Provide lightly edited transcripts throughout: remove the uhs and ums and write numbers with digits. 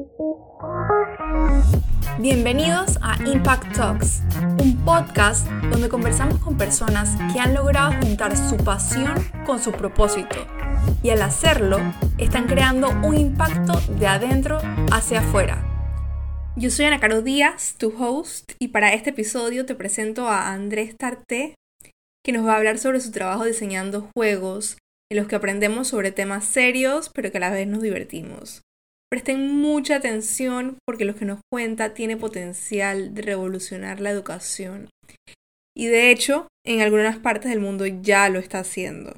Bienvenidos a Impact Talks, un podcast donde conversamos con personas que han logrado juntar su pasión con su propósito y al hacerlo están creando un impacto de adentro hacia afuera. Yo soy Ana Caro Díaz, tu host, y para este episodio te presento a Andrés Tarté, que nos va a hablar sobre su trabajo diseñando juegos en los que aprendemos sobre temas serios pero que a la vez nos divertimos. Presten mucha atención porque lo que nos cuenta tiene potencial de revolucionar la educación. Y de hecho, en algunas partes del mundo ya lo está haciendo.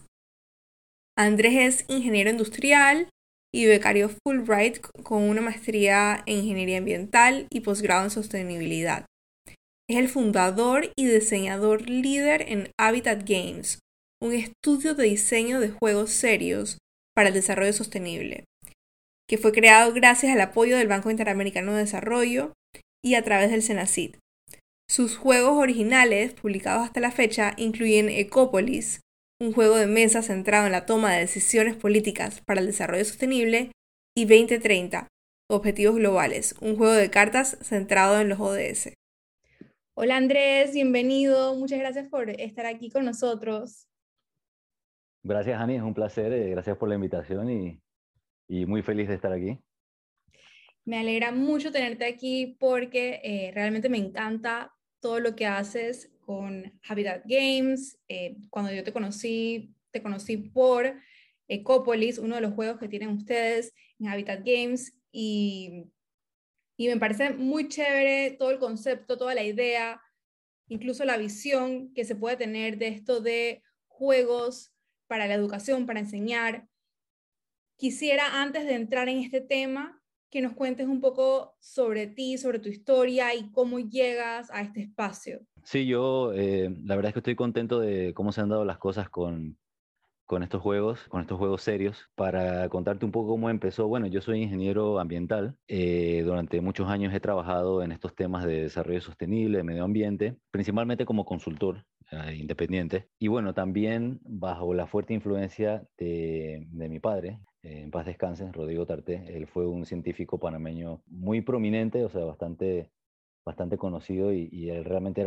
Andrés es ingeniero industrial y becario Fulbright con una maestría en ingeniería ambiental y posgrado en sostenibilidad. Es el fundador y diseñador líder en Habitat Games, un estudio de diseño de juegos serios para el desarrollo sostenible, que fue creado gracias al apoyo del Banco Interamericano de Desarrollo y a través del Senacid. Sus juegos originales, publicados hasta la fecha, incluyen Ecopolis, un juego de mesa centrado en la toma de decisiones políticas para el desarrollo sostenible, y 2030, Objetivos Globales, un juego de cartas centrado en los ODS. Hola Andrés, bienvenido. Muchas gracias por estar aquí con nosotros. Gracias, Ani, es un placer. Gracias por la invitación y muy feliz de estar aquí. Me alegra mucho tenerte aquí porque realmente me encanta todo lo que haces con Habitat Games. Cuando yo te conocí por Ecopolis, uno de los juegos que tienen ustedes en Habitat Games, y me parece muy chévere todo el concepto, toda la idea, incluso la visión que se puede tener de esto de juegos para la educación, para enseñar. Quisiera, antes de entrar en este tema, que nos cuentes un poco sobre ti, sobre tu historia y cómo llegas a este espacio. Sí, yo la verdad es que estoy contento de cómo se han dado las cosas con estos juegos serios. Para contarte un poco cómo empezó, bueno, yo soy ingeniero ambiental. Durante muchos años he trabajado en estos temas de desarrollo sostenible, de medio ambiente, principalmente como consultor independiente. Y bueno, también bajo la fuerte influencia de mi padre, en paz descanse, Rodrigo Tarté. Él fue un científico panameño muy prominente, o sea, bastante conocido, y él realmente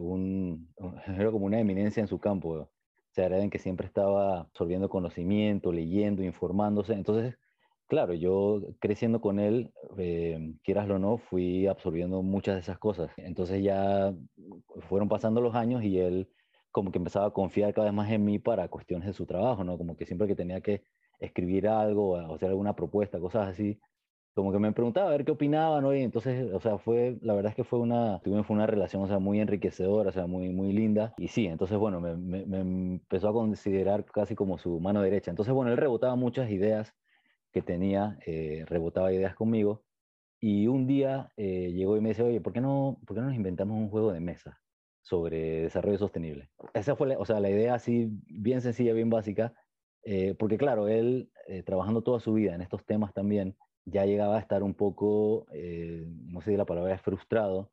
era como una eminencia en su campo. O sea, era alguien que siempre estaba absorbiendo conocimiento, leyendo, informándose. Entonces, claro, yo creciendo con él, quieras o no, fui absorbiendo muchas de esas cosas. Entonces ya fueron pasando los años y él como que empezaba a confiar cada vez más en mí para cuestiones de su trabajo, ¿no? Como que siempre que tenía que escribir algo o hacer alguna propuesta, cosas así, como que me preguntaba a ver qué opinaba, ¿no? Y entonces, o sea, la verdad es que tuvimos una relación, o sea, muy enriquecedora, o sea, muy linda. Y sí, entonces, bueno, me empezó a considerar casi como su mano derecha. Entonces, bueno, él rebotaba muchas ideas que tenía, rebotaba ideas conmigo. Y un día llegó y me dice, oye, ¿por qué no nos inventamos un juego de mesa sobre desarrollo sostenible? Esa fue, o sea, la idea así, bien sencilla, bien básica, porque claro, él, trabajando toda su vida en estos temas también, ya llegaba a estar un poco, no sé si la palabra es frustrado,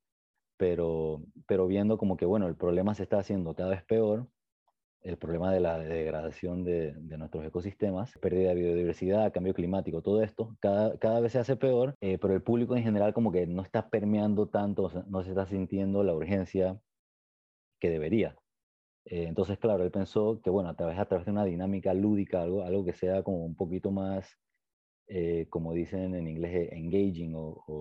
pero viendo como que, bueno, el problema se está haciendo cada vez peor, el problema de la degradación de nuestros ecosistemas, pérdida de biodiversidad, cambio climático, todo esto, cada vez se hace peor, pero el público en general como que no está permeando tanto, o sea, no se está sintiendo la urgencia que debería. Entonces, claro, él pensó que, bueno, a través de una dinámica lúdica, algo que sea como un poquito más, como dicen en inglés, engaging,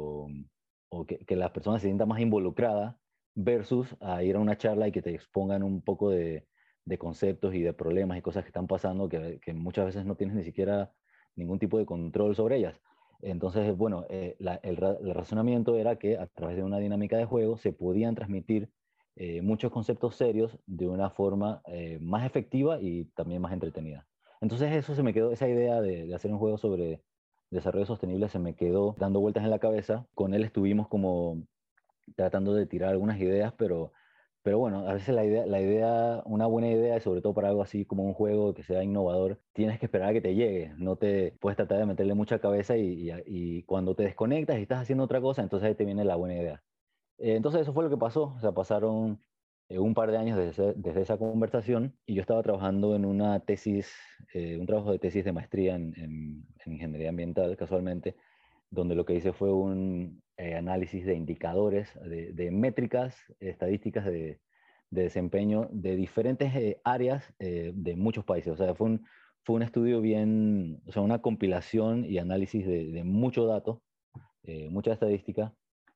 o que las personas se sientan más involucradas versus a ir a una charla y que te expongan un poco de conceptos y de problemas y cosas que están pasando que muchas veces no tienes ni siquiera ningún tipo de control sobre ellas. Entonces, bueno, el razonamiento era que a través de una dinámica de juego se podían transmitir muchos conceptos serios de una forma más efectiva y también más entretenida. Entonces eso se me quedó, esa idea de hacer un juego sobre desarrollo sostenible se me quedó dando vueltas en la cabeza. Con él estuvimos como tratando de tirar algunas ideas, pero bueno, a veces una buena idea, y sobre todo para algo así como un juego que sea innovador, tienes que esperar a que te llegue, no te puedes tratar de meterle mucha cabeza y cuando te desconectas y estás haciendo otra cosa, entonces ahí te viene la buena idea. Entonces eso fue lo que pasó, o sea, pasaron un par de años desde esa conversación y yo estaba trabajando en una tesis, un trabajo de tesis de maestría en ingeniería ambiental, casualmente, donde lo que hice fue un análisis de indicadores, de métricas estadísticas de desempeño de diferentes áreas de muchos países. O sea, fue un estudio bien, o sea, una compilación y análisis de mucho dato, mucha estadística,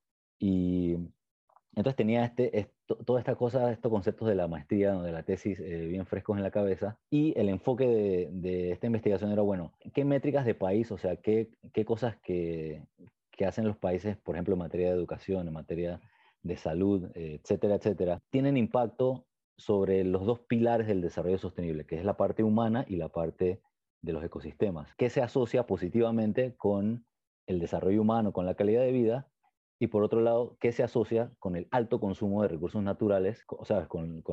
y entonces tenía toda esta cosa, estos conceptos de la maestría, de la tesis, bien frescos en la cabeza, y el enfoque de esta investigación era, bueno, ¿qué métricas de país, o sea, qué cosas que hacen los países, por ejemplo, en materia de educación, en materia de salud, etcétera, etcétera, tienen impacto sobre los dos pilares del desarrollo sostenible, que es la parte humana y la parte de los ecosistemas, que se asocia positivamente con el desarrollo humano, con la calidad de vida, y por otro lado, qué se asocia con el alto consumo de recursos naturales, o sea,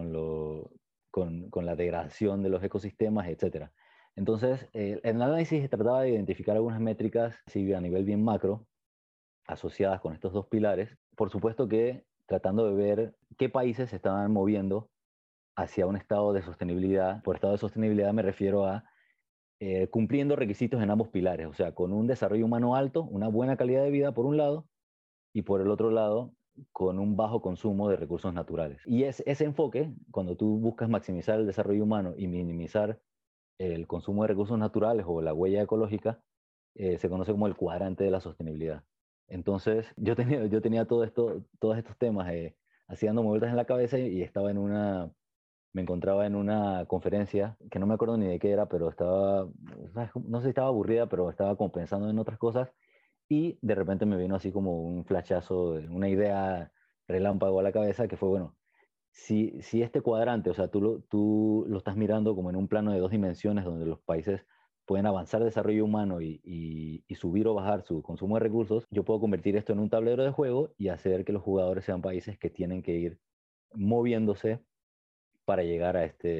con la degradación de los ecosistemas, etcétera. Entonces, el análisis trataba de identificar algunas métricas así, a nivel bien macro, asociadas con estos dos pilares. Por supuesto que tratando de ver qué países se estaban moviendo hacia un estado de sostenibilidad. Por estado de sostenibilidad me refiero a cumpliendo requisitos en ambos pilares, o sea, con un desarrollo humano alto, una buena calidad de vida por un lado, y por el otro lado, con un bajo consumo de recursos naturales. Y ese enfoque, cuando tú buscas maximizar el desarrollo humano y minimizar el consumo de recursos naturales o la huella ecológica, se conoce como el cuadrante de la sostenibilidad. Entonces, yo tenía todos estos temas así dando vueltas en la cabeza y me encontraba en una conferencia que no me acuerdo ni de qué era, pero no sé si estaba aburrida, pero estaba como pensando en otras cosas, y de repente me vino así como un flashazo, una idea relámpago a la cabeza que fue, bueno, si este cuadrante, o sea, tú lo estás mirando como en un plano de dos dimensiones donde los países pueden avanzar desarrollo humano y subir o bajar su consumo de recursos, yo puedo convertir esto en un tablero de juego y hacer que los jugadores sean países que tienen que ir moviéndose para llegar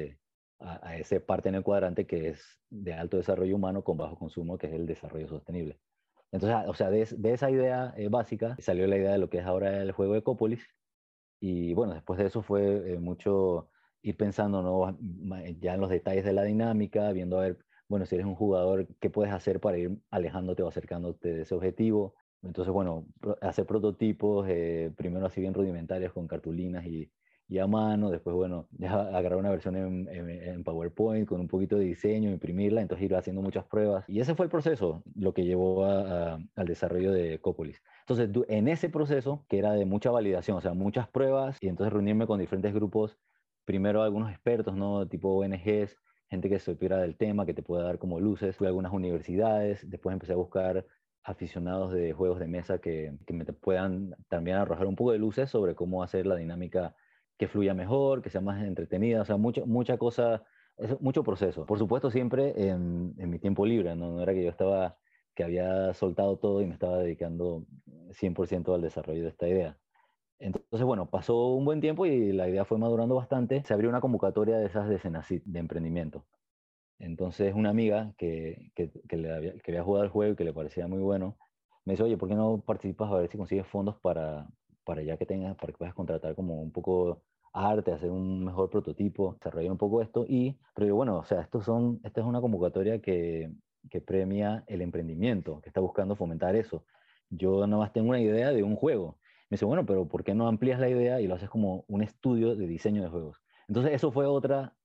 a ese parte en el cuadrante que es de alto desarrollo humano con bajo consumo, que es el desarrollo sostenible. Entonces, o sea, de esa idea básica salió la idea de lo que es ahora el juego de Ecopolis. Y bueno, después de eso fue mucho ir pensando, ¿no? Ya en los detalles de la dinámica, viendo a ver, bueno, si eres un jugador, ¿qué puedes hacer para ir alejándote o acercándote de ese objetivo? Entonces, bueno, hacer prototipos, primero así bien rudimentarios con cartulinas y a mano, después, bueno, ya agarrar una versión en PowerPoint con un poquito de diseño, imprimirla, entonces ir haciendo muchas pruebas. Y ese fue el proceso, lo que llevó al desarrollo de Ecopolis. Entonces, en ese proceso, que era de mucha validación, o sea, muchas pruebas, y entonces reunirme con diferentes grupos, primero algunos expertos, ¿no? Tipo ONGs, gente que se supiera del tema, que te pueda dar como luces. Fui a algunas universidades, después empecé a buscar aficionados de juegos de mesa que me puedan también arrojar un poco de luces sobre cómo hacer la dinámica que fluya mejor, que sea más entretenida, o sea, mucha cosa, mucho proceso. Por supuesto, siempre en mi tiempo libre, ¿no? No era que yo que había soltado todo y me estaba dedicando 100% al desarrollo de esta idea. Entonces, bueno, pasó un buen tiempo y la idea fue madurando bastante. Se abrió una convocatoria de esas de Senacit, de emprendimiento. Entonces, una amiga que había jugado el juego y que le parecía muy bueno, me dice, oye, ¿por qué no participas a ver si consigues fondos para ya que tengas, para que puedas contratar como un poco arte, hacer un mejor prototipo, desarrollar un poco esto? Pero yo, bueno, o sea, esta es una convocatoria que premia el emprendimiento, que está buscando fomentar eso. Yo nada más tengo una idea de un juego. Me dice, bueno, pero ¿por qué no amplías la idea y lo haces como un estudio de diseño de juegos? Entonces, eso fue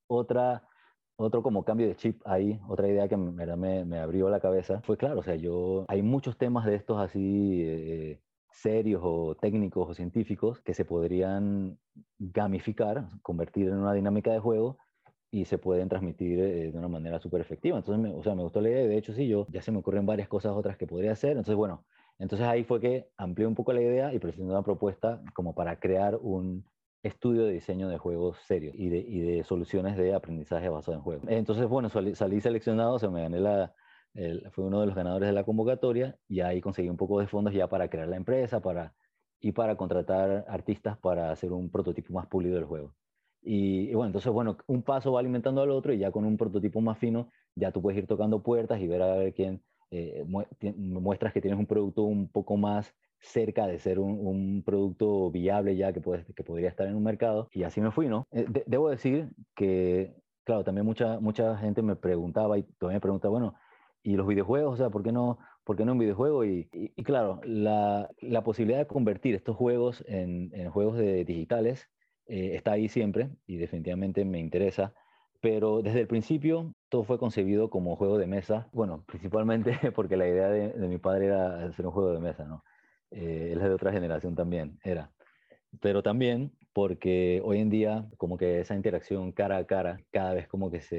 otro como cambio de chip ahí, otra idea que en verdad me abrió la cabeza. Fue claro, o sea, hay muchos temas de estos así serios o técnicos o científicos que se podrían gamificar, convertir en una dinámica de juego y se pueden transmitir de una manera súper efectiva. Entonces, o sea, me gustó la idea y de hecho sí, ya se me ocurren varias cosas otras que podría hacer. Entonces, bueno, entonces ahí fue que amplié un poco la idea y presenté una propuesta como para crear un estudio de diseño de juegos serios y de soluciones de aprendizaje basado en juegos. Entonces, bueno, salí seleccionado, o sea, fui uno de los ganadores de la convocatoria y ahí conseguí un poco de fondos ya para crear la empresa y para contratar artistas para hacer un prototipo más pulido del juego. Y bueno, entonces, bueno, un paso va alimentando al otro y ya con un prototipo más fino, ya tú puedes ir tocando puertas y ver a ver quién muestras que tienes un producto un poco más cerca de ser un producto viable ya que podría estar en un mercado. Y así me fui, ¿no? Debo decir que, claro, también mucha gente me preguntaba y todavía me pregunta, bueno, ¿y los videojuegos? O sea, ¿por qué no un videojuego? Y claro, la posibilidad de convertir estos juegos en juegos digitales está ahí siempre y definitivamente me interesa, pero desde el principio todo fue concebido como juego de mesa, bueno, principalmente porque la idea de mi padre era hacer un juego de mesa, ¿no? Él es de otra generación también, era. Pero también porque hoy en día como que esa interacción cara a cara cada vez como que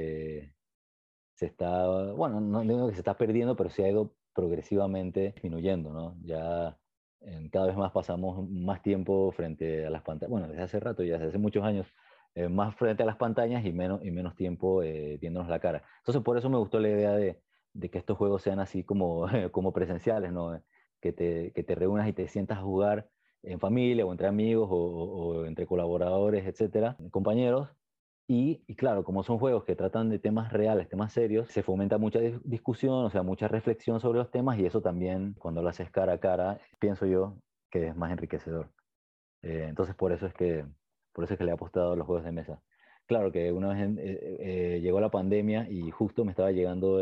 se está, bueno, no digo que se está perdiendo, pero se ha ido progresivamente disminuyendo, ¿no? Ya cada vez más pasamos más tiempo frente a las pantallas, bueno, desde hace rato, ya desde hace muchos años, más frente a las pantallas y menos tiempo viéndonos la cara. Entonces, por eso me gustó la idea de que estos juegos sean así como, como presenciales, ¿no? Que te reúnas y te sientas a jugar en familia o entre amigos o entre colaboradores, etcétera, compañeros, y claro, como son juegos que tratan de temas reales, temas serios, se fomenta mucha discusión, o sea, mucha reflexión sobre los temas y eso también, cuando lo haces cara a cara, pienso yo que es más enriquecedor. Entonces, por eso es que le he apostado a los juegos de mesa. Claro que una vez llegó la pandemia y justo me estaba llegando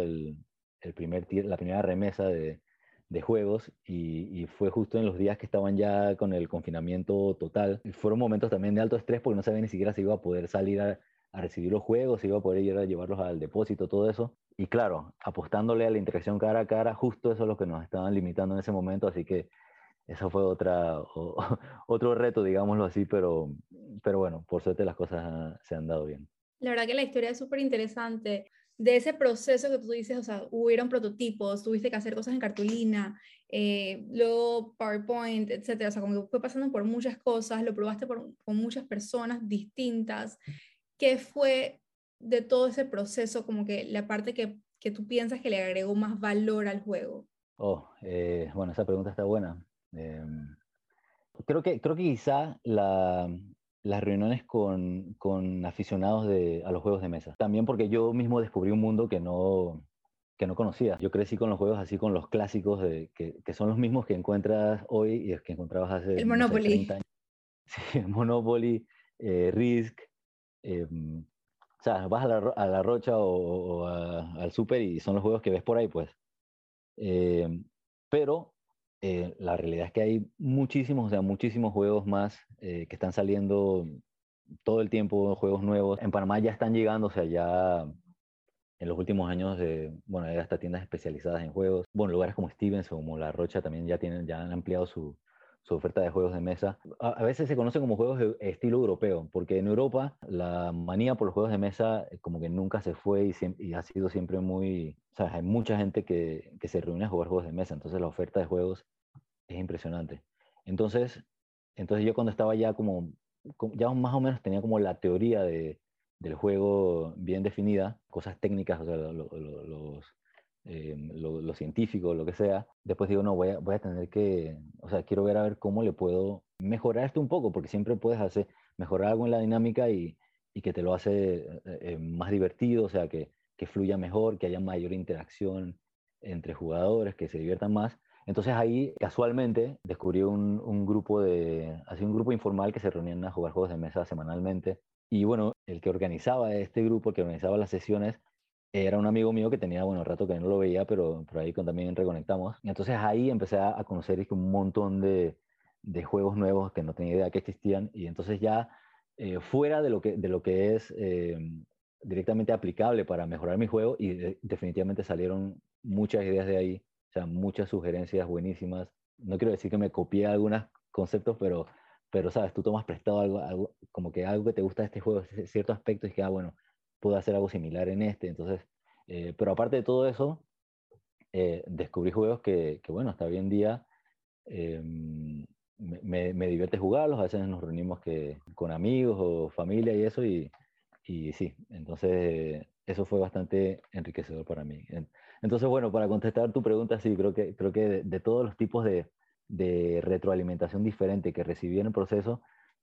la primera remesa de juegos y fue justo en los días que estaban ya con el confinamiento total. Y fueron momentos también de alto estrés porque no sabía ni siquiera si iba a poder salir a recibir los juegos, si iba a poder ir a llevarlos al depósito, todo eso. Y claro, apostándole a la interacción cara a cara, justo eso es lo que nos estaban limitando en ese momento, así que eso fue otro reto, digámoslo así, pero bueno, por suerte las cosas se han dado bien. La verdad que la historia es súper interesante. De ese proceso que tú dices, o sea, hubieron prototipos, tuviste que hacer cosas en cartulina, luego PowerPoint, etcétera. O sea, como que fue pasando por muchas cosas, lo probaste con muchas personas distintas. ¿Qué fue de todo ese proceso, como que la parte que tú piensas que le agregó más valor al juego? Oh, bueno, esa pregunta está buena. Creo que quizá las reuniones con aficionados a los juegos de mesa. También porque yo mismo descubrí un mundo que no conocía. Yo crecí con los juegos así, con los clásicos, que son los mismos que encuentras hoy y que encontrabas hace, El no sé, 30 Monopoly. años. Sí, Monopoly, Risk. O sea, vas a la Rocha al Super y son los juegos que ves por ahí, pues. Eh, pero la realidad es que hay muchísimos, o sea, muchísimos juegos más que están saliendo todo el tiempo, juegos nuevos. En Panamá ya están llegando, o sea, ya en los últimos años, bueno, hay hasta tiendas especializadas en juegos. Bueno, lugares como Stevens o como La Rocha también ya han ampliado su oferta de juegos de mesa. A veces se conocen como juegos de estilo europeo, porque en Europa la manía por los juegos de mesa como que nunca se fue y ha sido siempre muy... O sea, hay mucha gente que se reúne a jugar juegos de mesa, entonces la oferta de juegos es impresionante. Entonces, entonces yo cuando estaba ya ya más o menos tenía como la teoría del juego bien definida, cosas técnicas, o sea, lo científico, lo que sea. Después digo, no, voy a tener que, o sea, quiero ver a ver cómo le puedo mejorar esto un poco, porque siempre puedes mejorar algo en la dinámica y que te lo hace más divertido, o sea, que fluya mejor, que haya mayor interacción entre jugadores, que se diviertan más. Entonces ahí casualmente descubrí así un grupo informal que se reunían a jugar juegos de mesa semanalmente. Y bueno, el que organizaba este grupo, el que organizaba las sesiones, era un amigo mío que tenía, bueno, rato que no lo veía, pero por ahí también reconectamos. Y entonces ahí empecé a conocer un montón de juegos nuevos que no tenía idea que existían. Y entonces ya fuera de lo que es directamente aplicable para mejorar mi juego, y definitivamente salieron muchas ideas de ahí, o sea, muchas sugerencias buenísimas. No quiero decir que me copié algunos conceptos, pero sabes, tú tomas prestado como que algo que te gusta de este juego, cierto aspecto, y que, bueno, puedo hacer algo similar en este. Entonces, pero aparte de todo eso, descubrí juegos bueno, hasta hoy en día eh, me divierte jugarlos. A veces nos reunimos con amigos o familia y eso, y sí, entonces eso fue bastante enriquecedor para mí. Entonces, bueno, para contestar tu pregunta, sí, creo que de todos los tipos de retroalimentación diferente que recibí en el proceso,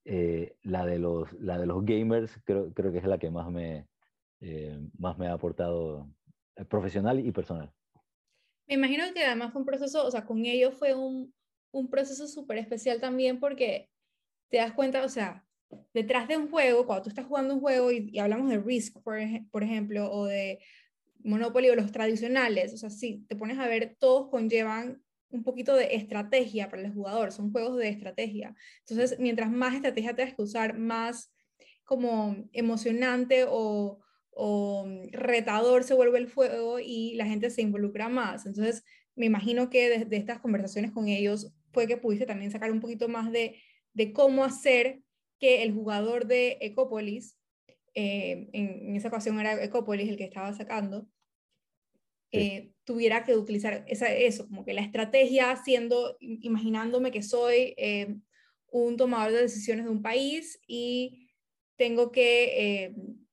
la de los gamers creo que es la que más me ha aportado profesional y personal. Me imagino que además fue un proceso, o sea, con ellos fue un proceso súper especial también porque te das cuenta, o sea, detrás de un juego, cuando tú estás jugando un juego y hablamos de Risk, por ejemplo, o de Monopoly o los tradicionales, o sea, sí, te pones a ver, todos conllevan un poquito de estrategia para el jugador, son juegos de estrategia. Entonces, mientras más estrategia tengas que usar, más como emocionante o retador se vuelve el juego y la gente se involucra más. Entonces, me imagino que de estas conversaciones con ellos fue que pudiste también sacar un poquito más de cómo hacer que el jugador de Ecopolis, en esa ocasión era Ecopolis el que estaba sacando, Sí. tuviera que utilizar eso, como que la estrategia siendo, imaginándome que soy un tomador de decisiones de un país y tengo que,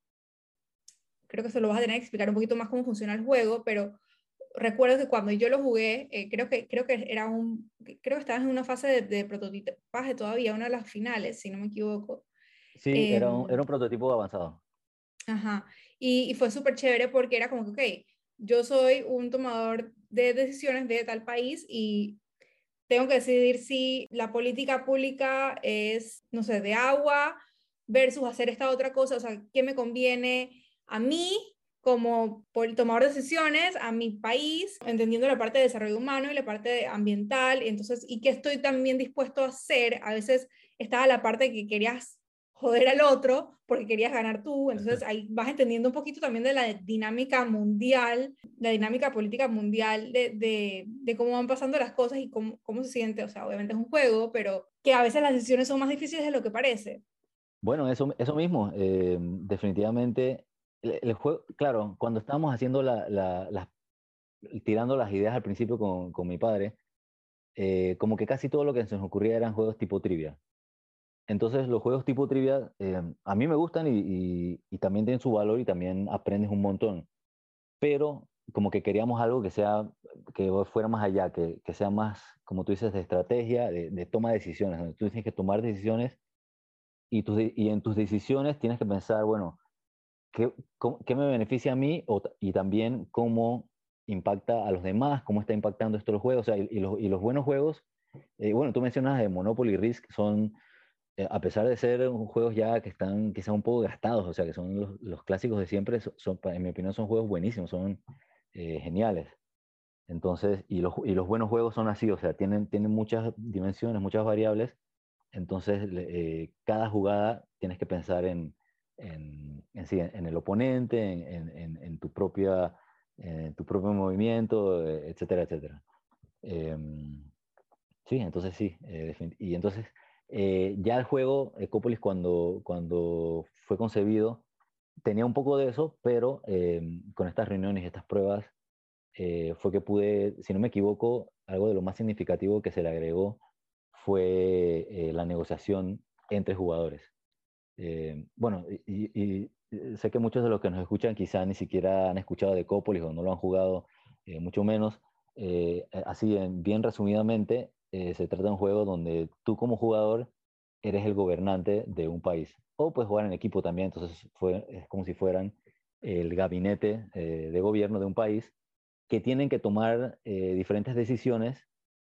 creo que se lo vas a tener que explicar un poquito más cómo funciona el juego, pero recuerdo que cuando yo lo jugué, creo que era creo que estabas en una fase de prototipaje todavía, una de las finales, si no me equivoco. Sí, era un Em, prototipo avanzado. Ajá. Y fue súper chévere porque era como que, ok, yo soy un tomador de decisiones de tal país y tengo que decidir si la política pública es, no sé, de agua versus hacer esta otra cosa, o sea, ¿qué me conviene a mí como tomador de decisiones, a mi país, entendiendo la parte de desarrollo humano y la parte ambiental? Entonces, ¿y qué estoy también dispuesto a hacer? A veces estaba la parte que querías joder al otro porque querías ganar tú, entonces ahí vas entendiendo un poquito también de la dinámica mundial, la dinámica política mundial de cómo van pasando las cosas y cómo se siente, o sea, obviamente es un juego, pero que a veces las decisiones son más difíciles de lo que parece. Bueno, eso mismo, definitivamente, el juego, claro, cuando estábamos haciendo tirando las ideas al principio con mi padre, como que casi todo lo que se nos ocurría eran juegos tipo trivia. Entonces, los juegos tipo trivia a mí me gustan y también tienen su valor y también aprendes un montón. Pero como que queríamos algo que fuera más allá, que sea más, como tú dices, de estrategia, de toma de decisiones, donde tú tienes que tomar decisiones y en tus decisiones tienes que pensar, bueno, ¿qué me beneficia a mí y también cómo impacta a los demás, cómo está impactando esto los juegos? O sea, y los buenos juegos, bueno, tú mencionas de Monopoly y Risk, son a pesar de ser juegos ya que están quizá un poco gastados, o sea, que son los clásicos de siempre, en mi opinión son juegos buenísimos, son geniales. Entonces, y los buenos juegos son así, o sea, tienen muchas dimensiones, muchas variables, entonces cada jugada tienes que pensar sí, en el oponente, en tu propio movimiento, etcétera, etcétera. Em, Sí, entonces sí. Y entonces ya el juego, Ecopolis, cuando fue concebido, tenía un poco de eso, pero con estas reuniones y estas pruebas fue que pude, si no me equivoco, algo de lo más significativo que se le agregó fue la negociación entre jugadores. Bueno, y sé que muchos de los que nos escuchan quizá ni siquiera han escuchado de Ecopolis o no lo han jugado, mucho menos. Así, bien resumidamente, se trata de un juego donde tú como jugador eres el gobernante de un país. O puedes jugar en equipo también, entonces es como si fueran el gabinete de gobierno de un país que tienen que tomar diferentes decisiones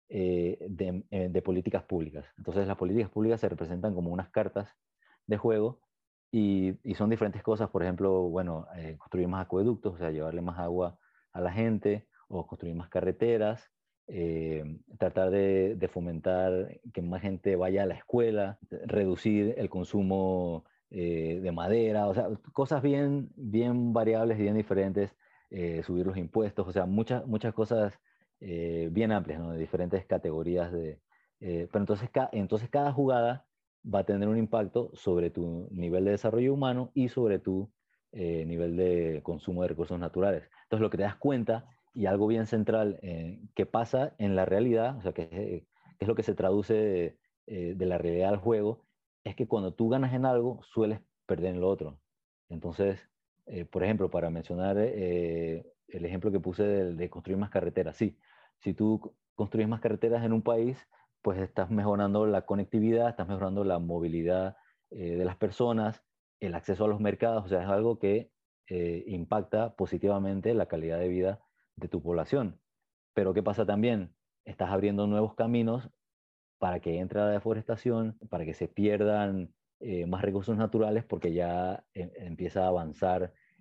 de políticas públicas. Entonces las políticas públicas se representan como unas cartas de juego y son diferentes cosas, por ejemplo, bueno, construir más acueductos, o sea, llevarle más agua a la gente, o construir más carreteras, tratar de fomentar que más gente vaya a la escuela, reducir el consumo de madera, o sea, cosas bien, bien variables y bien diferentes, subir los impuestos, o sea, muchas cosas bien amplias, ¿no? De diferentes categorías pero entonces cada jugada va a tener un impacto sobre tu nivel de desarrollo humano y sobre tu nivel de consumo de recursos naturales. Entonces lo que te das cuenta y algo bien central que pasa en la realidad, o sea, que es lo que se traduce de la realidad al juego, es que cuando tú ganas en algo, sueles perder en lo otro. Entonces, por ejemplo, para mencionar el ejemplo que puse de construir más carreteras, sí, si tú construyes más carreteras en un país, pues estás mejorando la conectividad, estás mejorando la movilidad de las personas, el acceso a los mercados, o sea, es algo que impacta positivamente la calidad de vida de tu población. Pero ¿qué pasa también? Estás abriendo nuevos caminos para que entre la deforestación, para que se pierdan más recursos naturales, porque ya empieza a avanzar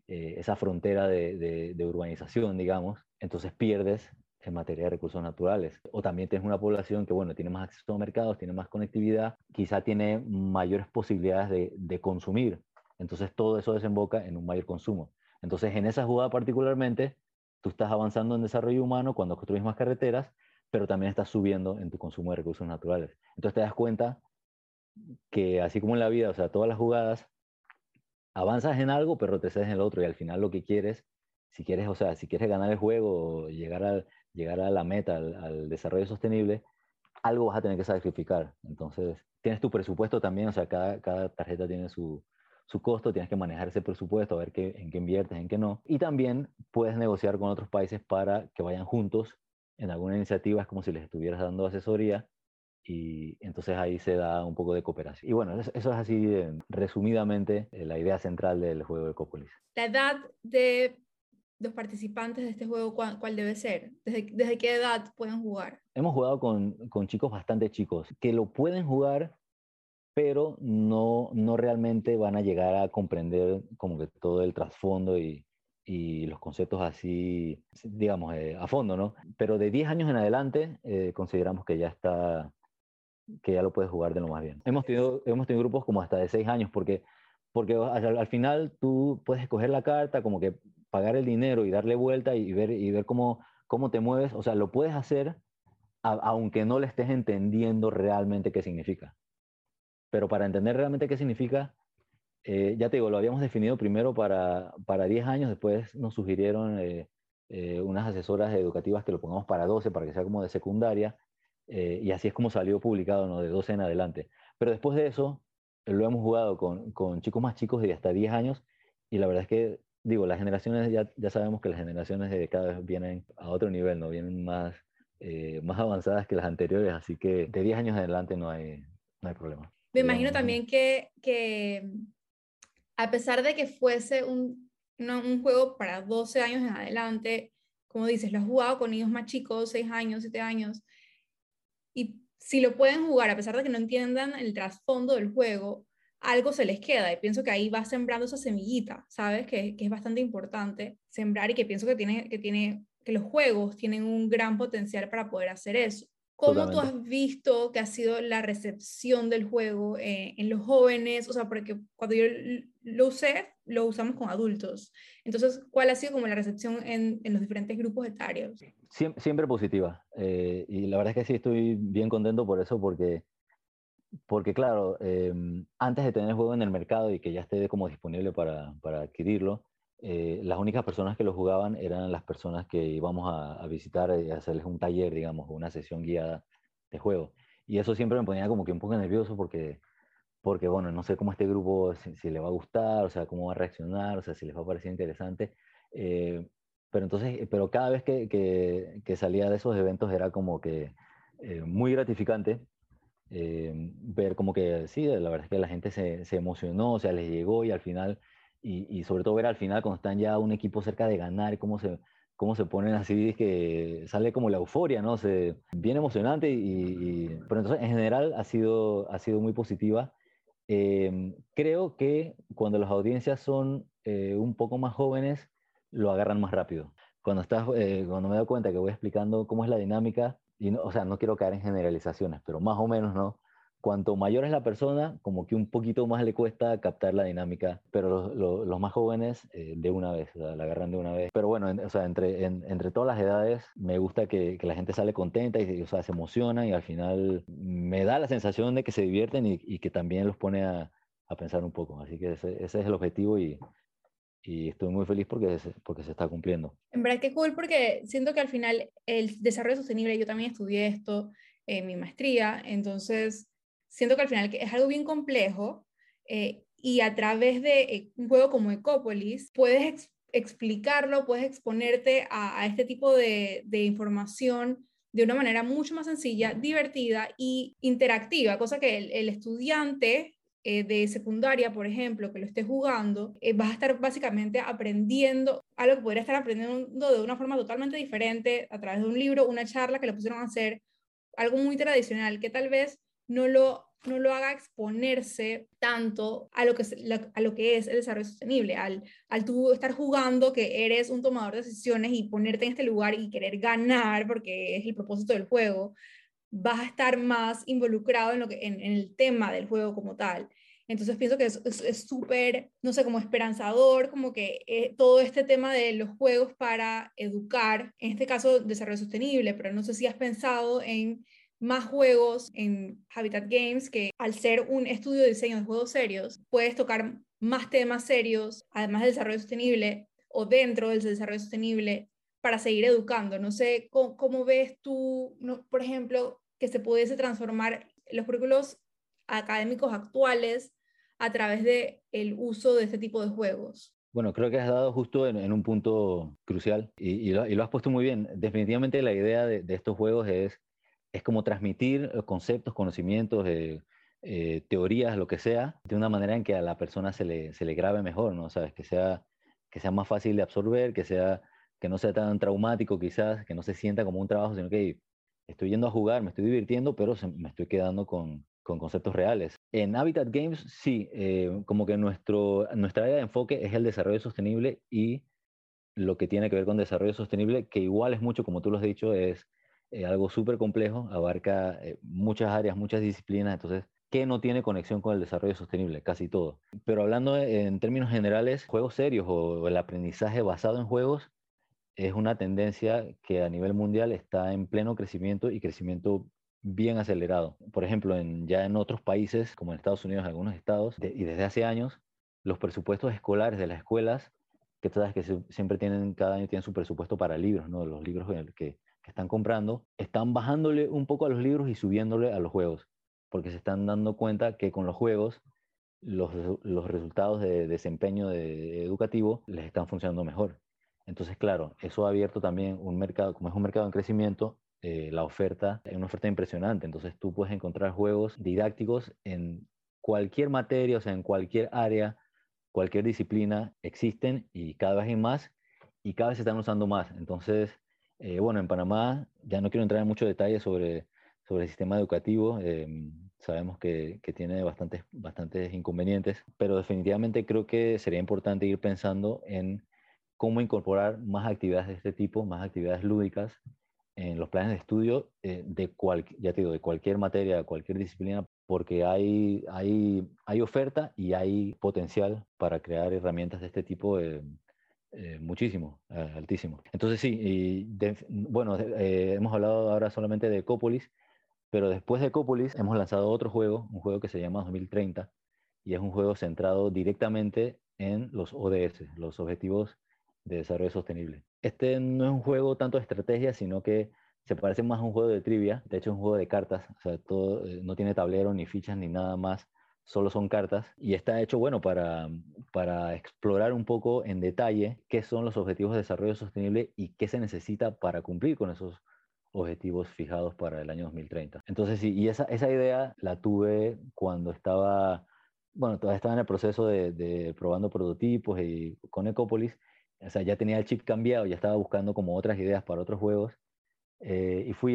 esa frontera de urbanización, digamos, entonces pierdes en materia de recursos naturales. O también tienes una población que, bueno, tiene más acceso a mercados, tiene más conectividad, quizá tiene mayores posibilidades de consumir. Entonces todo eso desemboca en un mayor consumo. Entonces en esa jugada particularmente, tú estás avanzando en desarrollo humano cuando construyes más carreteras, pero también estás subiendo en tu consumo de recursos naturales. Entonces te das cuenta que así como en la vida, o sea, todas las jugadas, avanzas en algo, pero te cedes en el otro y al final lo que quieres, si quieres, o sea, si quieres ganar el juego o llegar a la meta, al desarrollo sostenible, algo vas a tener que sacrificar. Entonces, tienes tu presupuesto también, o sea, cada tarjeta tiene su costo, tienes que manejar ese presupuesto, a ver en qué inviertes, en qué no. Y también puedes negociar con otros países para que vayan juntos en alguna iniciativa, es como si les estuvieras dando asesoría y entonces ahí se da un poco de cooperación. Y bueno, eso es así, resumidamente, la idea central del juego de Ecopolis. La edad de los participantes de este juego, ¿cuál debe ser? ¿Desde qué edad pueden jugar? Hemos jugado con chicos bastante chicos que lo pueden jugar, pero no realmente van a llegar a comprender como que todo el trasfondo y los conceptos así, digamos, a fondo, ¿no? Pero de 10 años en adelante consideramos que ya lo puedes jugar de lo más bien. Hemos tenido grupos como hasta de 6 años, porque al final tú puedes escoger la carta, como que pagar el dinero y darle vuelta y ver cómo te mueves. O sea, lo puedes hacer aunque no le estés entendiendo realmente qué significa. Pero para entender realmente qué significa, ya te digo, lo habíamos definido primero para 10 años, después nos sugirieron unas asesoras educativas que lo pongamos para 12, para que sea como de secundaria, y así es como salió publicado, ¿no? De 12 en adelante. Pero después de eso, lo hemos jugado con chicos más chicos de hasta 10 años, y la verdad es que, digo, las generaciones, ya sabemos que las generaciones de cada vez vienen a otro nivel, ¿no? Vienen más avanzadas que las anteriores, así que de 10 años en adelante no hay problema. Me imagino también que a pesar de que fuese un juego para 12 años en adelante, como dices, lo has jugado con niños más chicos, 6 años, 7 años, y si lo pueden jugar, a pesar de que no entiendan el trasfondo del juego, algo se les queda. Y pienso que ahí va sembrando esa semillita, ¿sabes? Que es bastante importante sembrar y que pienso que los juegos tienen un gran potencial para poder hacer eso. ¿Cómo tú Totalmente. has visto que ha sido la recepción del juego en los jóvenes? O sea, porque cuando yo lo usé, lo usamos con adultos. Entonces, ¿cuál ha sido como la recepción en los diferentes grupos etarios? Siempre positiva. Y la verdad es que sí estoy bien contento por eso, porque claro, antes de tener el juego en el mercado y que ya esté como disponible para adquirirlo, las únicas personas que lo jugaban eran las personas que íbamos a visitar y a hacerles un taller, digamos, o una sesión guiada de juego. Y eso siempre me ponía como que un poco nervioso porque bueno, no sé cómo este grupo, si le va a gustar, o sea, cómo va a reaccionar, o sea, si les va a parecer interesante. Eh, pero cada vez que salía de esos eventos era como que muy gratificante ver como que sí, la verdad es que la gente se emocionó, o sea, les llegó y al final, y sobre todo ver al final cuando están ya un equipo cerca de ganar, cómo se ponen así, es que sale como la euforia, ¿no? Bien emocionante, pero entonces en general ha sido muy positiva. Creo que cuando las audiencias son un poco más jóvenes, lo agarran más rápido. Cuando me doy cuenta que voy explicando cómo es la dinámica, y o sea, no quiero caer en generalizaciones, pero más o menos, ¿no? Cuanto mayor es la persona, como que un poquito más le cuesta captar la dinámica, pero los más jóvenes de una vez, o sea, la agarran de una vez. Pero bueno, o sea, entre todas las edades, me gusta que la gente sale contenta y o sea, se emociona y al final me da la sensación de que se divierten y que también los pone a pensar un poco. Así que ese es el objetivo y estoy muy feliz porque se está cumpliendo. En verdad que cool porque siento que al final el desarrollo sostenible, yo también estudié esto en mi maestría, entonces siento que al final es algo bien complejo y a través de un juego como Ecopolis puedes explicarlo, puedes exponerte a este tipo de información de una manera mucho más sencilla, divertida y interactiva, cosa que el estudiante de secundaria, por ejemplo, que lo estés jugando, vas a estar básicamente aprendiendo algo que podría estar aprendiendo de una forma totalmente diferente a través de un libro, una charla que le pusieron a hacer, algo muy tradicional, que tal vez no lo no lo haga exponerse tanto a lo que a lo que es el desarrollo sostenible, al tú estar jugando que eres un tomador de decisiones y ponerte en este lugar y querer ganar, porque es el propósito del juego, vas a estar más involucrado en, en el tema del juego como tal. Entonces pienso que es súper, no sé, como esperanzador, como que todo este tema de los juegos para educar, en este caso desarrollo sostenible, pero no sé si has pensado en más juegos en Habitat Games, que al ser un estudio de diseño de juegos serios, puedes tocar más temas serios, además del desarrollo sostenible o dentro del desarrollo sostenible, para seguir educando. No sé cómo ves tú, no, por ejemplo, que se pudiese transformar los currículos académicos actuales a través de el uso de este tipo de juegos. Bueno, creo que has dado justo en un punto crucial y lo has puesto muy bien. Definitivamente la idea de estos juegos es como transmitir conceptos, conocimientos, teorías, lo que sea, de una manera en que a la persona se le grabe mejor, ¿no? ¿Sabes? Que sea más fácil de absorber, que no sea tan traumático quizás, que no se sienta como un trabajo, sino que estoy yendo a jugar, me estoy divirtiendo, pero me estoy quedando con conceptos reales. En Habitat Games, sí, como que nuestra área de enfoque es el desarrollo sostenible y lo que tiene que ver con desarrollo sostenible, que igual es mucho, como tú lo has dicho, es algo súper complejo, abarca muchas áreas, muchas disciplinas, entonces, ¿qué no tiene conexión con el desarrollo sostenible? Casi todo. Pero hablando en términos generales, juegos serios o el aprendizaje basado en juegos es una tendencia que a nivel mundial está en pleno crecimiento y crecimiento bien acelerado. Por ejemplo, ya en otros países, como en Estados Unidos, algunos estados, y desde hace años, los presupuestos escolares de las escuelas, que tú sabes que siempre tienen, cada año tienen su presupuesto para libros, ¿no? Los libros que están comprando, están bajándole un poco a los libros y subiéndole a los juegos, porque se están dando cuenta que con los juegos los, los resultados de desempeño educativo les están funcionando mejor. Entonces, claro, eso ha abierto también un mercado, como es un mercado en crecimiento, la oferta es una oferta impresionante. Entonces, tú puedes encontrar juegos didácticos en cualquier materia, o sea, en cualquier área, cualquier disciplina, existen y cada vez hay más y cada vez se están usando más. Entonces, bueno, en Panamá, ya no quiero entrar en mucho detalle sobre el sistema educativo. Sabemos que tiene bastantes inconvenientes, pero definitivamente creo que sería importante ir pensando en cómo incorporar más actividades de este tipo, más actividades lúdicas en los planes de estudio ya te digo, de cualquier materia, cualquier disciplina, porque hay oferta y hay potencial para crear herramientas de este tipo muchísimo, altísimo. Entonces sí, bueno, hemos hablado ahora solamente de Ecopolis, pero después de Ecopolis hemos lanzado otro juego, un juego que se llama 2030, y es un juego centrado directamente en los ODS, los Objetivos de Desarrollo Sostenible. Este no es un juego tanto de estrategia, sino que se parece más a un juego de trivia. De hecho, es un juego de cartas, o sea, todo, no tiene tablero, ni fichas, ni nada más, solo son cartas. Y está hecho, bueno, para explorar un poco en detalle qué son los Objetivos de Desarrollo Sostenible y qué se necesita para cumplir con esos objetivos fijados para el año 2030. Entonces, sí, y esa idea la tuve cuando bueno, todavía estaba en el proceso de probando prototipos y con Ecopolis, o sea, ya tenía el chip cambiado, ya estaba buscando como otras ideas para otros juegos, y fui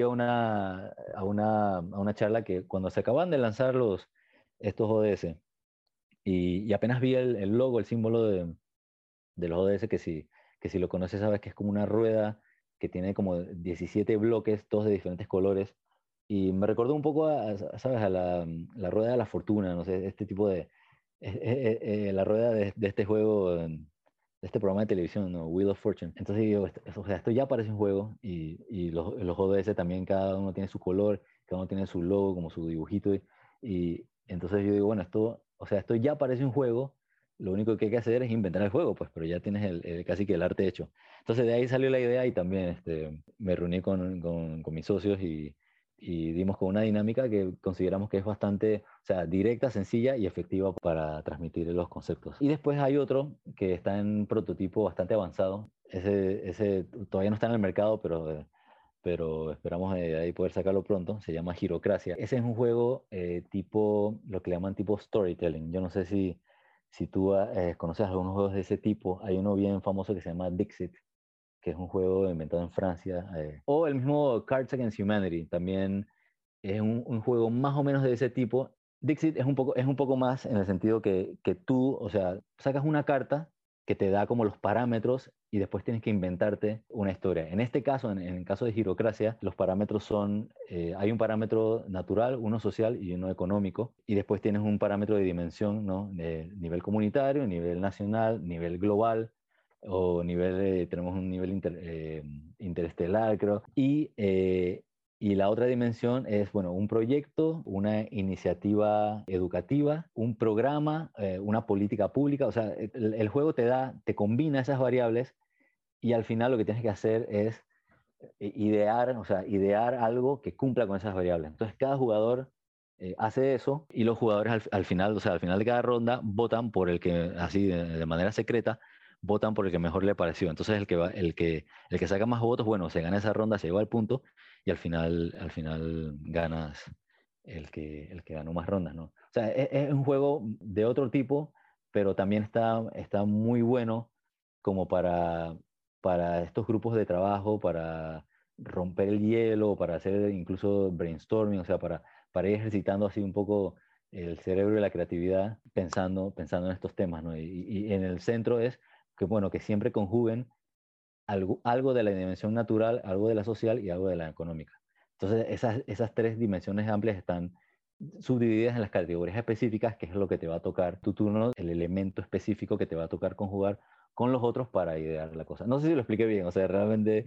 a una charla que cuando se acaban de lanzar estos ODS, y apenas vi el logo, el símbolo de los ODS, que si lo conoces sabes que es como una rueda que tiene como 17 bloques, todos de diferentes colores, y me recordó un poco ¿sabes? A la rueda de la fortuna, no sé, este tipo la rueda de este juego, de este programa de televisión, ¿no? Wheel of Fortune. Entonces digo, o sea, esto ya parece un juego, y los ODS también, cada uno tiene su color, cada uno tiene su logo, como su dibujito, y entonces yo digo, bueno, o sea, esto ya parece un juego, lo único que hay que hacer es inventar el juego, pues, pero ya tienes casi que el arte hecho. Entonces de ahí salió la idea y también me reuní con mis socios y dimos con una dinámica que consideramos que es bastante, o sea, directa, sencilla y efectiva para transmitir los conceptos. Y después hay otro que está en prototipo bastante avanzado. Ese todavía no está en el mercado, pero esperamos ahí poder sacarlo pronto. Se llama Girocracia. Ese es un juego tipo, lo que le llaman tipo storytelling. Yo no sé si tú conoces algunos juegos de ese tipo. Hay uno bien famoso que se llama Dixit, que es un juego inventado en Francia. O el mismo Cards Against Humanity, también es un juego más o menos de ese tipo, Dixit es un poco más en el sentido que tú, o sea, sacas una carta que te da como los parámetros y después tienes que inventarte una historia. En este caso, en el caso de Girocracia, los parámetros son, hay un parámetro natural, uno social y uno económico, y después tienes un parámetro de dimensión, ¿no? De nivel comunitario, nivel nacional, nivel global, o nivel, tenemos un nivel interestelar, creo, y la otra dimensión es, bueno, un proyecto, una iniciativa educativa, un programa, una política pública. O sea, el juego te combina esas variables y al final lo que tienes que hacer es idear, o sea, idear algo que cumpla con esas variables. Entonces, cada jugador hace eso y los jugadores al final, o sea, al final de cada ronda votan por el que, así de manera secreta, votan por el que mejor le pareció. Entonces, el que saca más votos, bueno, se gana esa ronda, se lleva al punto y al final ganas el que ganó más rondas, ¿no? O sea, es un juego de otro tipo, pero también está muy bueno como para estos grupos de trabajo, para romper el hielo, para hacer incluso brainstorming, o sea, para ir ejercitando así un poco el cerebro y la creatividad pensando en estos temas, ¿no? Y en el centro es que, bueno, que siempre conjuguen algo de la dimensión natural, algo de la social y algo de la económica. Entonces, esas tres dimensiones amplias están subdivididas en las categorías específicas, que es lo que te va a tocar tu turno, el elemento específico que te va a tocar conjugar con los otros para idear la cosa. No sé si lo expliqué bien, o sea, realmente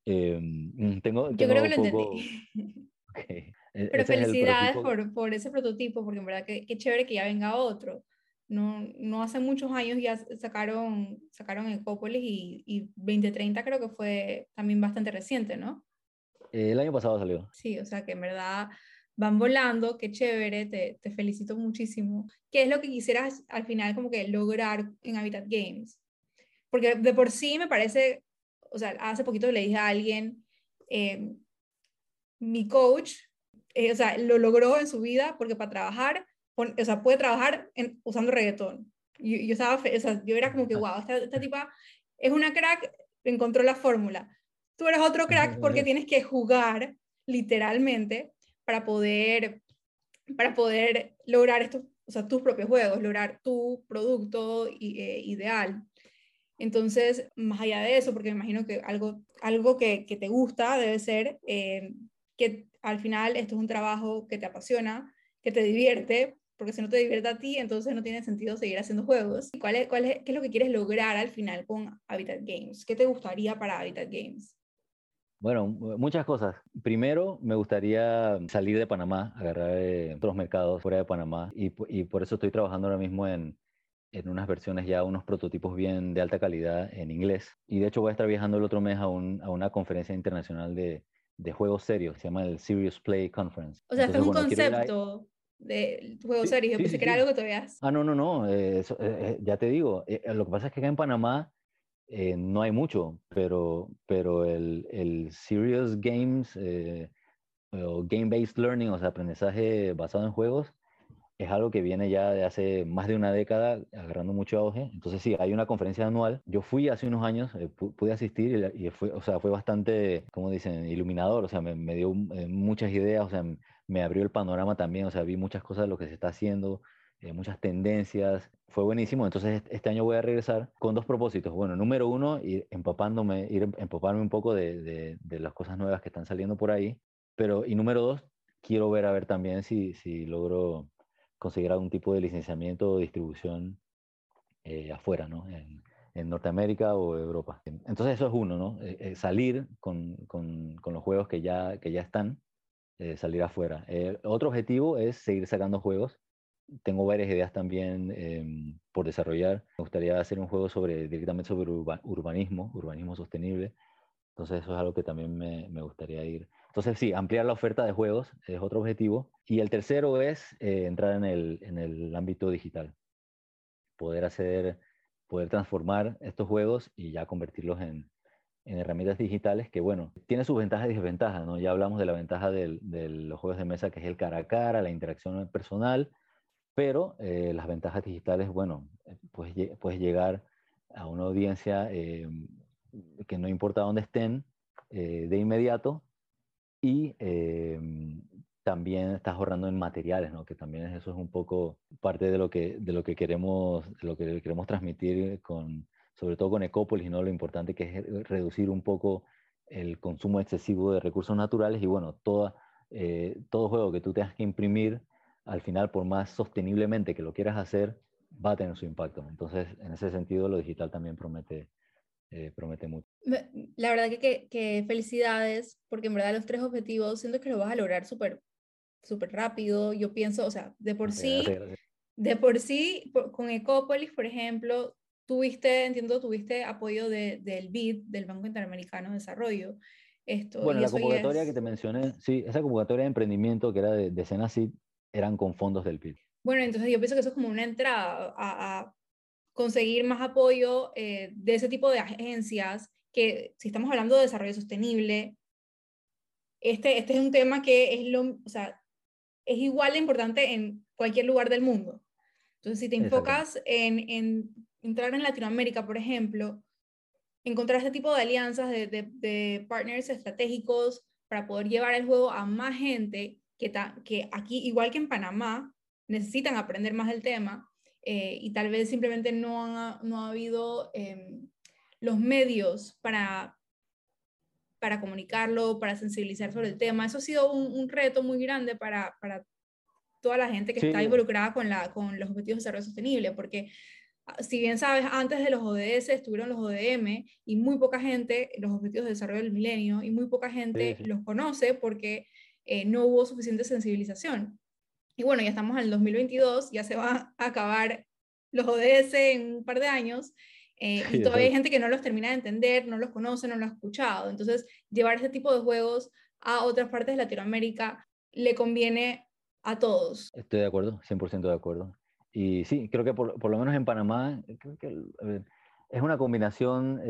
Yo creo que tengo lo entendí. poco... Okay. Pero Ese es el felicidades prototipo. por ese prototipo, porque en verdad que qué chévere que ya venga otro. No, no hace muchos años ya sacaron Ecópolis y 2030 creo que fue también bastante reciente, ¿no? El año pasado salió. Sí, o sea que en verdad van volando, qué chévere, te felicito muchísimo. ¿Qué es lo que quisieras al final como que lograr en Habitat Games? Porque de por sí me parece, o sea, hace poquito le dije a alguien, eh, mi coach, o sea, lo logró en su vida porque para trabajar, o sea, puede trabajar usando reggaetón. Y yo estaba, o sea, yo era como que, wow, esta tipa es una crack, encontró la fórmula. Tú eres otro crack porque tienes que jugar literalmente para poder, para poder lograr estos, o sea, tus propios juegos, lograr tu producto ideal. Entonces, más allá de eso, porque me imagino que algo que te gusta debe ser que al final esto es un trabajo que te apasiona, que te divierte, porque si no te divierte a ti, entonces no tiene sentido seguir haciendo juegos. ¿Qué es lo que quieres lograr al final con Habitat Games? ¿Qué te gustaría para Habitat Games? Bueno, muchas cosas. Primero, me gustaría salir de Panamá, agarrar otros mercados fuera de Panamá y por eso estoy trabajando ahora mismo en unas versiones ya, unos prototipos bien de alta calidad en inglés. Y de hecho voy a estar viajando el otro mes a una conferencia internacional de juegos serios, se llama el Serious Play Conference. O sea, este Entonces, es un bueno, quiero ir ahí. concepto de juego Sí, serio. Yo sí, pensé sí, que era sí. algo que todavía... Ah, no, no, no, ya te digo, lo que pasa es que acá en Panamá no hay mucho, pero el Serious Games o Game-Based Learning, o sea, aprendizaje basado en juegos, es algo que viene ya de hace más de una década agarrando mucho auge. Entonces sí, hay una conferencia anual. Yo fui hace unos años, pude asistir y fue, o sea, fue bastante, como dicen, iluminador. O sea, me dio muchas ideas, o sea, me abrió el panorama también. O sea, vi muchas cosas de lo que se está haciendo, muchas tendencias. Fue buenísimo. Entonces este año voy a regresar con dos propósitos. Bueno, número uno, ir empaparme un poco de las cosas nuevas que están saliendo por ahí. Pero, y número dos, quiero ver a ver también si logro conseguir algún tipo de licenciamiento o distribución afuera, ¿no? En Norteamérica o Europa. Entonces eso es uno, ¿no? Salir con los juegos que ya están, salir afuera. Otro objetivo es seguir sacando juegos. Tengo varias ideas también por desarrollar. Me gustaría hacer un juego directamente sobre urbanismo sostenible. Entonces eso es algo que también me gustaría ir. Entonces sí, ampliar la oferta de juegos es otro objetivo. Y el tercero es entrar en el ámbito digital, poder poder transformar estos juegos y ya convertirlos en herramientas digitales que, bueno, tiene sus ventajas y desventajas, ¿no? Ya hablamos de la ventaja de los juegos de mesa, que es el cara a cara, la interacción personal, pero las ventajas digitales, bueno, puedes llegar a una audiencia que no importa dónde estén, de inmediato y también estás ahorrando en materiales, ¿no? Que también eso es un poco parte de lo que queremos transmitir sobre todo con Ecópolis, ¿no? Lo importante que es reducir un poco el consumo excesivo de recursos naturales y bueno, todo juego que tú tengas que imprimir, al final, por más sosteniblemente que lo quieras hacer, va a tener su impacto. Entonces, en ese sentido, lo digital también promete mucho. La verdad que felicidades, porque en verdad los tres objetivos siento que lo vas a lograr súper súper rápido. Yo pienso, o sea, Gracias, gracias. con Ecopolis, por ejemplo, tuviste apoyo del BID, del Banco Interamericano de Desarrollo. Bueno, Y la eso ya convocatoria que es, te mencioné, sí, esa convocatoria de emprendimiento que era de Senacid, eran con fondos del PIB. bueno, entonces yo pienso que eso es como una entrada a conseguir más apoyo de ese tipo de agencias que, si estamos hablando de desarrollo sostenible, este es un tema que o sea, es igual de importante en cualquier lugar del mundo. Entonces, si te Exactamente. enfocas en entrar en Latinoamérica, por ejemplo, encontrar este tipo de alianzas, de partners estratégicos para poder llevar el juego a más gente que aquí, igual que en Panamá, necesitan aprender más del tema y tal vez simplemente no ha habido los medios para comunicarlo, para sensibilizar sobre el tema. Eso ha sido un reto muy grande para toda la gente que está Sí, involucrada con los objetivos de desarrollo sostenible, porque si bien sabes, antes de los ODS estuvieron los ODM y muy poca gente, los Objetivos de Desarrollo del Milenio, y muy poca sí, gente sí. los conoce porque no hubo suficiente sensibilización. Y bueno, ya estamos en el 2022, ya se va a acabar los ODS en un par de años, Sí, y todavía hay exacto. gente que no los termina de entender, no los conoce, no los ha escuchado. Entonces, llevar este tipo de juegos a otras partes de Latinoamérica le conviene a todos. Estoy de acuerdo, 100% de acuerdo. Y sí, creo que por lo menos en Panamá, creo que es una combinación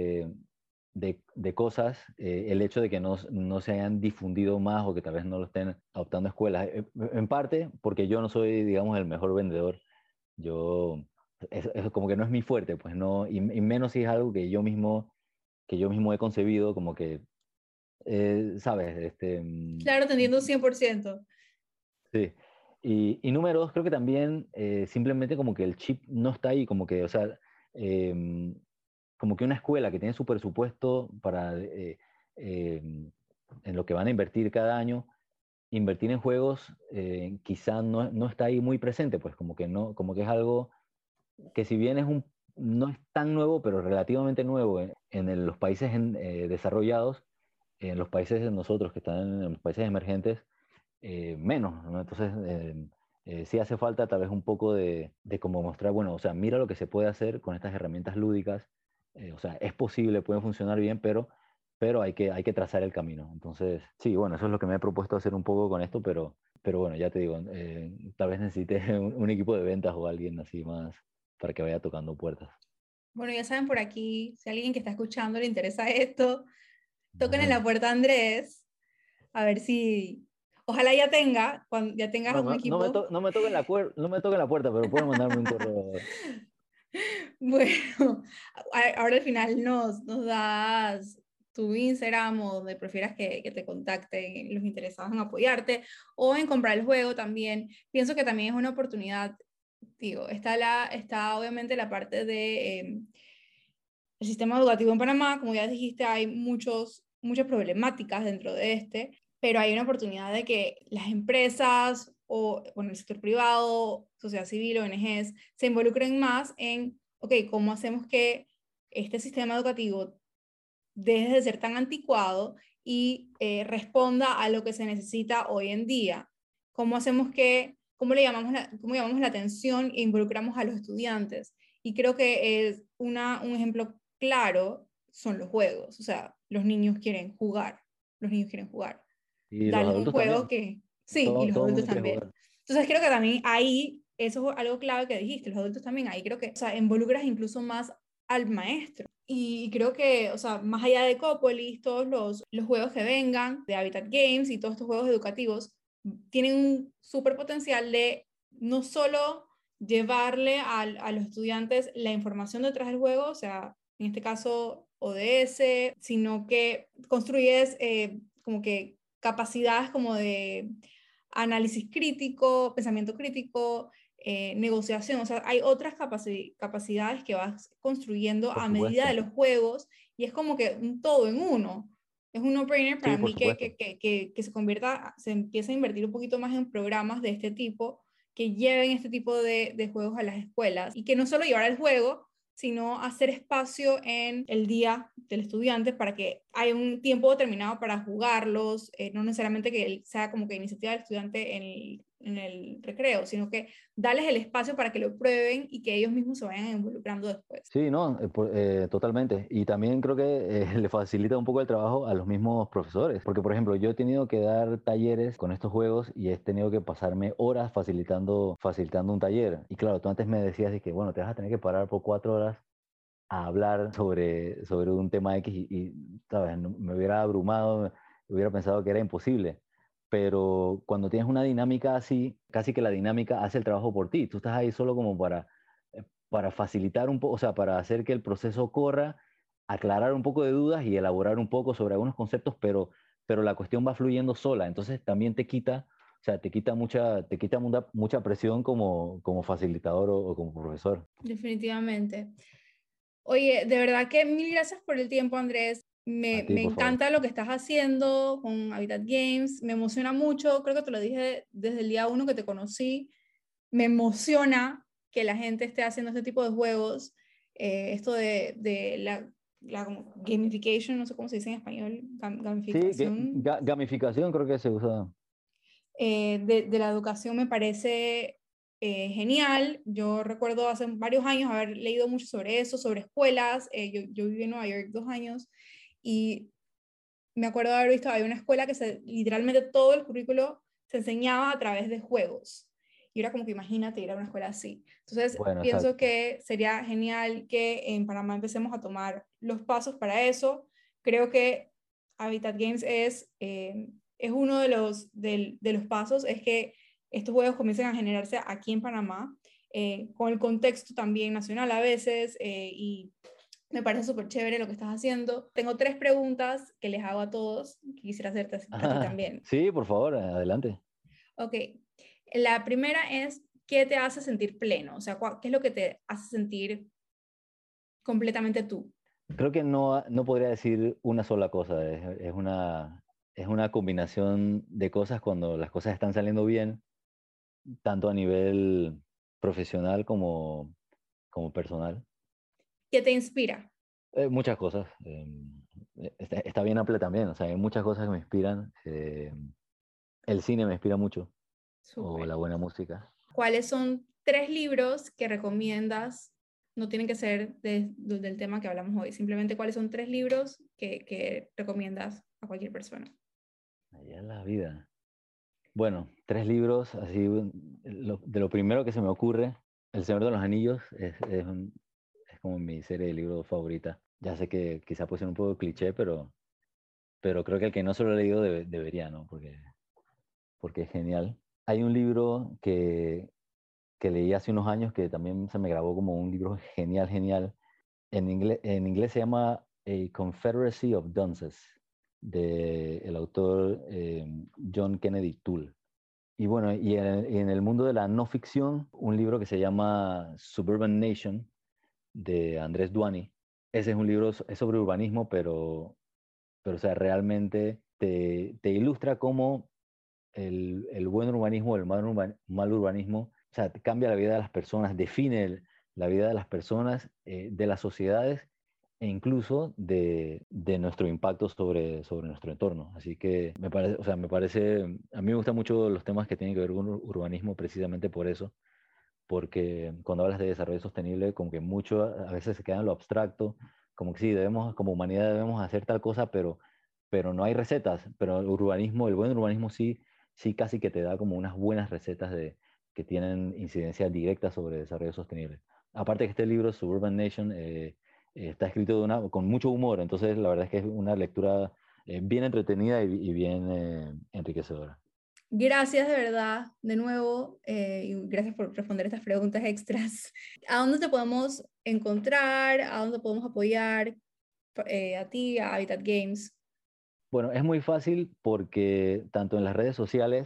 de cosas, el hecho de que no se hayan difundido más o que tal vez no lo estén adoptando escuelas. En parte porque yo no soy, digamos, el mejor vendedor. Yo, eso como que no es mi fuerte, pues no, y menos si es algo que yo mismo he concebido, como que, ¿sabes? Claro, te entiendo 100%. Sí. Y número dos, creo que también simplemente como que el chip no está ahí, como que, o sea, em, como que una escuela que tiene su presupuesto en lo que van a invertir cada año, invertir en juegos quizá no está ahí muy presente, pues como que no, como que es algo que si bien no es tan nuevo, pero relativamente nuevo en los países desarrollados, en los países de nosotros que están en los países emergentes, menos, ¿no? Entonces, sí hace falta tal vez un poco de como mostrar, bueno, o sea, mira lo que se puede hacer con estas herramientas lúdicas, o sea, es posible, puede funcionar bien, pero hay que trazar el camino. Entonces, sí, bueno, eso es lo que me he propuesto hacer un poco con esto, pero bueno, ya te digo, tal vez necesite un equipo de ventas o alguien así más para que vaya tocando puertas. Bueno, ya saben por aquí, si a alguien que está escuchando le interesa esto, toquen en la Ajá. puerta a Andrés, a ver si, ojalá ya cuando ya tengas No, un equipo. no me toquen la puerta, pero pueden mandarme un correo. Bueno, ahora al final nos das tu Instagram o donde prefieras que te contacten los interesados en apoyarte o en comprar el juego también. Pienso que también es una oportunidad, digo, está obviamente la parte de el sistema educativo en Panamá, como ya dijiste, hay muchas problemáticas dentro de pero hay una oportunidad de que las empresas o, bueno, el sector privado, sociedad civil, ONGs, se involucren más en, ok, ¿cómo hacemos que este sistema educativo deje de ser tan anticuado y responda a lo que se necesita hoy en día? ¿Cómo hacemos cómo llamamos la atención e involucramos a los estudiantes? Y creo que es un ejemplo claro son los juegos. O sea, los niños quieren jugar. Y los Darles un adultos juego también. sí, y los Todo el adultos mundo quiere también. jugar. Entonces creo que también ahí, eso es algo clave que dijiste, los adultos también, ahí creo que, o sea, involucras incluso más al maestro. Y creo que, o sea, más allá de Copolis, todos los juegos que vengan, de Habitat Games y todos estos juegos educativos, tienen un súper potencial de no solo llevarle a los estudiantes la información detrás del juego, o sea, en este caso ODS, sino que construyes como que capacidades como de análisis crítico, pensamiento crítico, negociación, o sea, hay otras capacidades que vas construyendo Por a medida de supuesto. los juegos y es como que un todo en uno. Es un no-brainer para Sí, por mí supuesto. que se empiece a invertir un poquito más en programas de este tipo, que lleven este tipo de juegos a las escuelas y que no solo llevar el juego, sino hacer espacio en el día del estudiante para que haya un tiempo determinado para jugarlos, no necesariamente que sea como que iniciativa del estudiante en el recreo, sino que darles el espacio para que lo prueben y que ellos mismos se vayan involucrando después. Sí, no, totalmente. Y también creo que le facilita un poco el trabajo a los mismos profesores, porque por ejemplo, yo he tenido que dar talleres con estos juegos y he tenido que pasarme horas facilitando un taller. Y claro, tú antes me decías de que, bueno, te vas a tener que parar por 4 horas a hablar sobre un tema X ¿sabes? Me hubiera abrumado, hubiera pensado que era imposible. Pero cuando tienes una dinámica así, casi que la dinámica hace el trabajo por ti. Tú estás ahí solo como para facilitar un poco, o sea, para hacer que el proceso corra, aclarar un poco de dudas y elaborar un poco sobre algunos conceptos, pero la cuestión va fluyendo sola. Entonces también te quita, o sea, te quita mucha presión como facilitador o como profesor. Definitivamente. Oye, de verdad que mil gracias por el tiempo, Andrés. A ti, Me por favor. encanta lo que estás haciendo con Habitat Games, me emociona mucho, creo que te lo dije desde el día uno que te conocí, me emociona que la gente esté haciendo este tipo de juegos, esto de la como gamification, no sé cómo se dice en español, Sí, gamificación gamificación creo que se usa. de la educación me parece genial. Yo recuerdo hace varios años haber leído mucho sobre eso, sobre escuelas. Yo viví en Nueva York 2 años y me acuerdo de haber visto, hay una escuela que literalmente todo el currículo se enseñaba a través de juegos. Y era como que imagínate ir a una escuela así. Entonces, Bueno, pienso exacto. que sería genial que en Panamá empecemos a tomar los pasos para eso. Creo que Habitat Games es uno de los pasos, es que estos juegos comiencen a generarse aquí en Panamá, con el contexto también nacional a veces, y me parece súper chévere lo que estás haciendo. Tengo 3 preguntas que les hago a todos, que quisiera hacerte a ti también. Sí, por favor, adelante. Ok, la primera es, ¿qué te hace sentir pleno? O sea, ¿qué es lo que te hace sentir completamente tú? Creo que no podría decir una sola cosa. Es una combinación de cosas cuando las cosas están saliendo bien, tanto a nivel profesional como personal. ¿Qué te inspira? Muchas cosas. Está bien amplia también. O sea, hay muchas cosas que me inspiran. El cine me inspira mucho, o Súper. la buena música. ¿Cuáles son 3 libros que recomiendas? No tienen que ser del tema que hablamos hoy, simplemente cuáles son 3 libros que recomiendas a cualquier persona. Allá en la vida. Bueno, 3 libros, así, de lo primero que se me ocurre, El Señor de los Anillos es como mi serie de libros favorita. Ya sé que quizá puede ser un poco cliché, pero creo que el que no se lo ha leído debería, ¿no? Porque es genial. Hay un libro que leí hace unos años que también se me grabó como un libro genial, genial. En inglés se llama A Confederacy of Dunces, de el autor John Kennedy Toole. Y bueno, y en el mundo de la no ficción, un libro que se llama Suburban Nation, de Andrés Duany. Ese es un libro, es sobre urbanismo, pero o sea, realmente te ilustra cómo el buen urbanismo, el mal urbanismo, o sea, cambia la vida de las personas, define la vida de las personas, de las sociedades e incluso de nuestro impacto sobre nuestro entorno. Así que a mí me gustan mucho los temas que tienen que ver con urbanismo precisamente por eso, porque cuando hablas de desarrollo sostenible, como que mucho a veces se queda en lo abstracto, como que sí, como humanidad debemos hacer tal cosa, pero no hay recetas, pero el buen urbanismo sí, sí casi que te da como unas buenas recetas que tienen incidencia directa sobre desarrollo sostenible. Aparte que este libro, Suburban Nation, está escrito con mucho humor, entonces la verdad es que es una lectura bien entretenida y bien enriquecedora. Gracias de verdad, de nuevo, y gracias por responder estas preguntas extras. ¿A dónde te podemos encontrar? ¿A dónde podemos apoyar a ti, a Habitat Games? Bueno, es muy fácil porque tanto en las redes sociales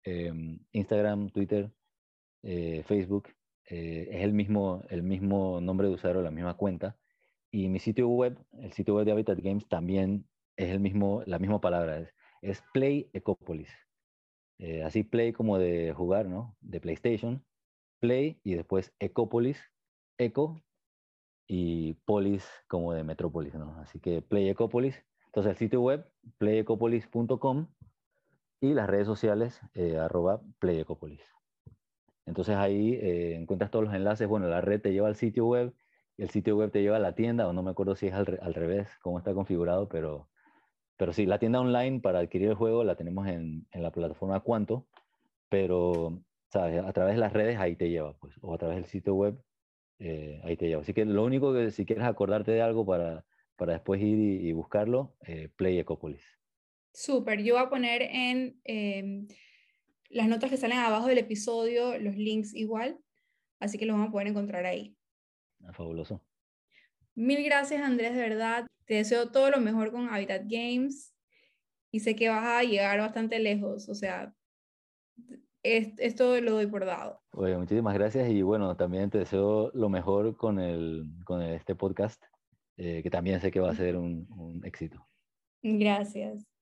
Instagram, Twitter, Facebook, es el mismo nombre de usuario, la misma cuenta. Y mi sitio web, el sitio web de Habitat Games, también es la misma palabra, es Play Ecopolis. Así Play como de jugar, ¿no? De PlayStation, Play y después Ecopolis, Eco y Polis como de Metrópolis, ¿no? Así que Play Ecopolis. Entonces el sitio web, playecopolis.com y las redes sociales, @playecopolis. Entonces ahí encuentras todos los enlaces. Bueno, la red te lleva al sitio web y el sitio web te lleva a la tienda, o no me acuerdo si es al revés, cómo está configurado, pero sí, la tienda online para adquirir el juego la tenemos en la plataforma Cuanto, pero ¿sabes? A través de las redes ahí te lleva, pues, o a través del sitio web ahí te lleva. Así que lo único que si quieres acordarte de algo para después ir y buscarlo, Play Ecopolis. Súper, yo voy a poner en las notas que salen abajo del episodio los links igual, así que los van a poder encontrar ahí. Fabuloso. Mil gracias, Andrés, de verdad. Te deseo todo lo mejor con Habitat Games y sé que vas a llegar bastante lejos, o sea, esto lo doy por dado. Oye, muchísimas gracias y bueno, también te deseo lo mejor con este podcast, que también sé que va a ser un éxito. Gracias.